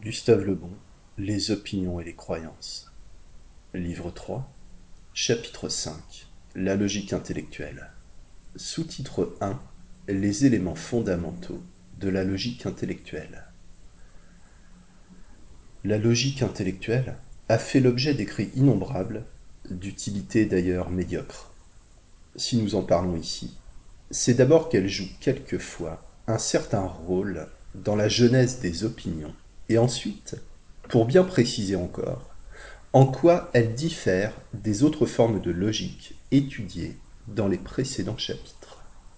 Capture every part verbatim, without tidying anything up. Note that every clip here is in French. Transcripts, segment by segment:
Gustave Le Bon, Les opinions et les croyances. Livre trois, chapitre cinq, La logique intellectuelle. Sous-titre un, Les éléments fondamentaux de la logique intellectuelle. La logique intellectuelle a fait l'objet d'écrits innombrables, d'utilité d'ailleurs médiocre. Si nous en parlons ici, c'est d'abord qu'elle joue quelquefois un certain rôle dans la genèse des opinions, et ensuite, pour bien préciser encore, en quoi elle diffère des autres formes de logique étudiées dans les précédents chapitres.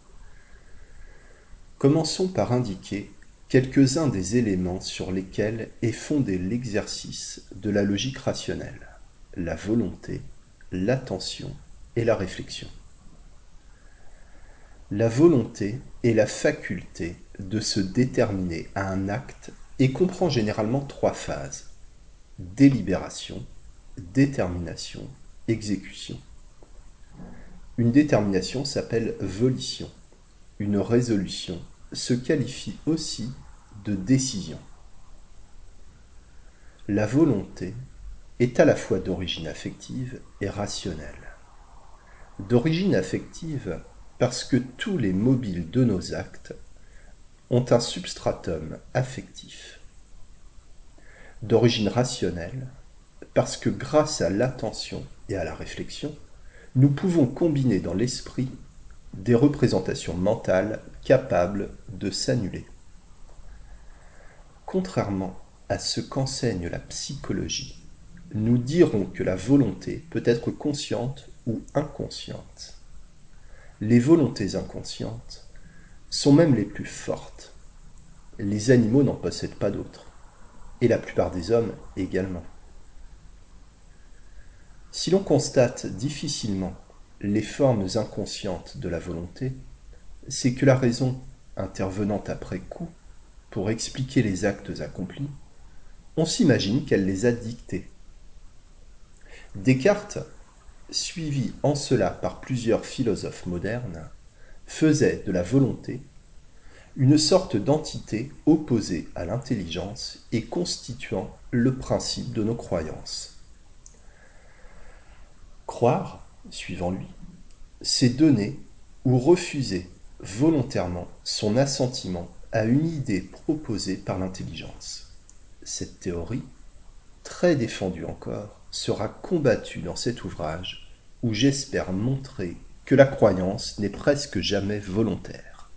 Commençons par indiquer quelques-uns des éléments sur lesquels est fondé l'exercice de la logique rationnelle, la volonté, l'attention et la réflexion. La volonté est la faculté de se déterminer à un acte et comprend généralement trois phases: délibération, détermination, exécution. Une détermination s'appelle volition. Une résolution se qualifie aussi de décision. La volonté est à la fois d'origine affective et rationnelle. D'origine affective parce que tous les mobiles de nos actes ont un substratum affectif. D'origine rationnelle parce que grâce à l'attention et à la réflexion, nous pouvons combiner dans l'esprit des représentations mentales capables de s'annuler. Contrairement à ce qu'enseigne la psychologie, nous dirons que la volonté peut être consciente ou inconsciente. Les volontés inconscientes sont même les plus fortes. Les animaux n'en possèdent pas d'autres, et la plupart des hommes également. Si l'on constate difficilement les formes inconscientes de la volonté, c'est que la raison, intervenant après coup pour expliquer les actes accomplis, on s'imagine qu'elle les a dictés. Descartes, suivi en cela par plusieurs philosophes modernes, faisait de la volonté une sorte d'entité opposée à l'intelligence et constituant le principe de nos croyances. Croire, suivant lui, c'est donner ou refuser volontairement son assentiment à une idée proposée par l'intelligence. Cette théorie, très défendue encore, sera combattue dans cet ouvrage où j'espère montrer que la croyance n'est presque jamais volontaire.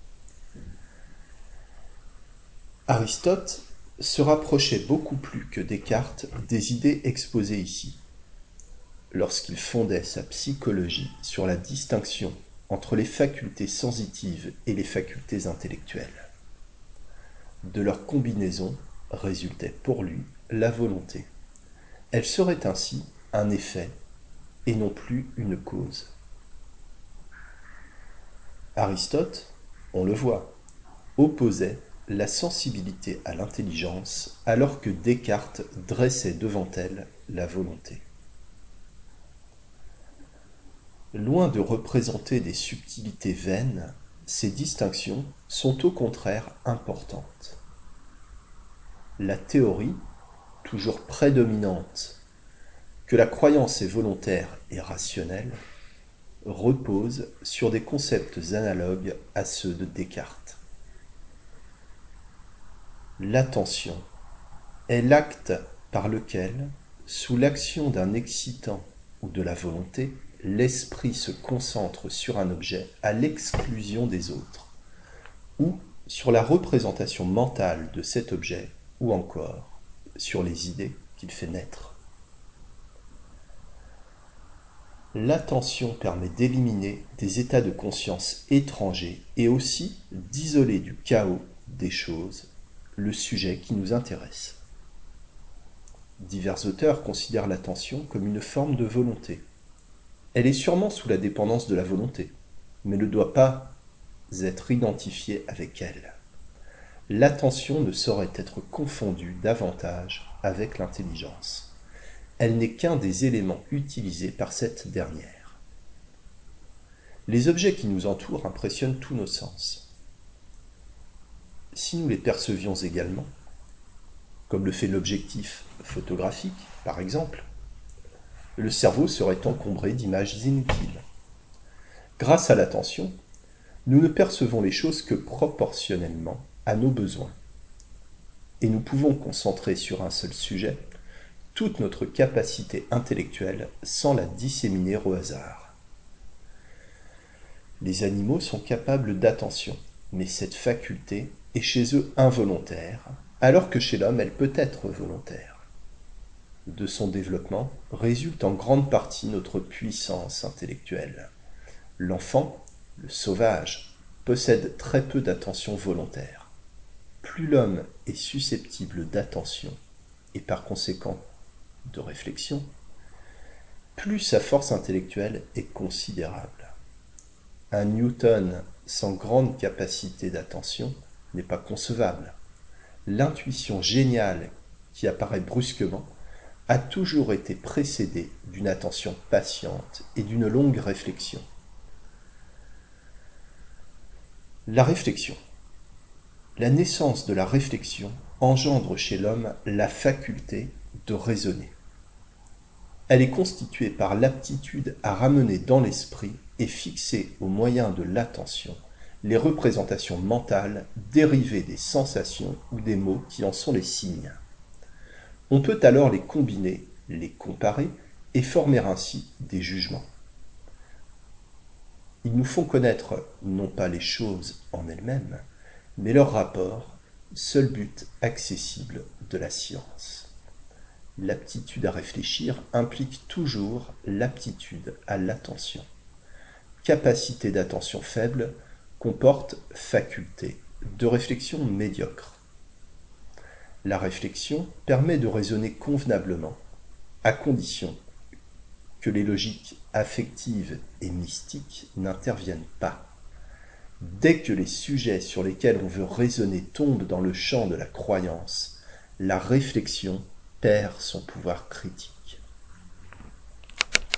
Aristote se rapprochait beaucoup plus que Descartes des idées exposées ici, lorsqu'il fondait sa psychologie sur la distinction entre les facultés sensitives et les facultés intellectuelles. De leur combinaison résultait pour lui la volonté. Elle serait ainsi un effet et non plus une cause. Aristote, on le voit, opposait la sensibilité à l'intelligence alors que Descartes dressait devant elle la volonté. Loin de représenter des subtilités vaines, ces distinctions sont au contraire importantes. La théorie, toujours prédominante, que la croyance est volontaire et rationnelle, repose sur des concepts analogues à ceux de Descartes. L'attention est l'acte par lequel, sous l'action d'un excitant ou de la volonté, l'esprit se concentre sur un objet à l'exclusion des autres, ou sur la représentation mentale de cet objet, ou encore sur les idées qu'il fait naître. L'attention permet d'éliminer des états de conscience étrangers et aussi d'isoler du chaos des choses le sujet qui nous intéresse. Divers auteurs considèrent l'attention comme une forme de volonté. Elle est sûrement sous la dépendance de la volonté, mais ne doit pas être identifiée avec elle. L'attention ne saurait être confondue davantage avec l'intelligence. Elle n'est qu'un des éléments utilisés par cette dernière. Les objets qui nous entourent impressionnent tous nos sens. Si nous les percevions également, comme le fait l'objectif photographique par exemple, le cerveau serait encombré d'images inutiles. Grâce à l'attention, nous ne percevons les choses que proportionnellement à nos besoins. Et nous pouvons concentrer sur un seul sujet toute notre capacité intellectuelle sans la disséminer au hasard. Les animaux sont capables d'attention, mais cette faculté est chez eux involontaire, alors que chez l'homme elle peut être volontaire. De son développement résulte en grande partie notre puissance intellectuelle. L'enfant, le sauvage, possède très peu d'attention volontaire. Plus l'homme est susceptible d'attention, et par conséquent de réflexion, plus sa force intellectuelle est considérable. Un Newton sans grande capacité d'attention n'est pas concevable. L'intuition géniale qui apparaît brusquement a toujours été précédée d'une attention patiente et d'une longue réflexion. La réflexion. La naissance de la réflexion engendre chez l'homme la faculté de raisonner. Elle est constituée par l'aptitude à ramener dans l'esprit et fixer au moyen de l'attention les représentations mentales dérivées des sensations ou des mots qui en sont les signes. On peut alors les combiner, les comparer et former ainsi des jugements. Ils nous font connaître non pas les choses en elles-mêmes, mais leur rapport, seul but accessible de la science. L'aptitude à réfléchir implique toujours l'aptitude à l'attention. Capacité d'attention faible comporte faculté de réflexion médiocre. La réflexion permet de raisonner convenablement, à condition que les logiques affectives et mystiques n'interviennent pas. Dès que les sujets sur lesquels on veut raisonner tombent dans le champ de la croyance, la réflexion perd son pouvoir critique.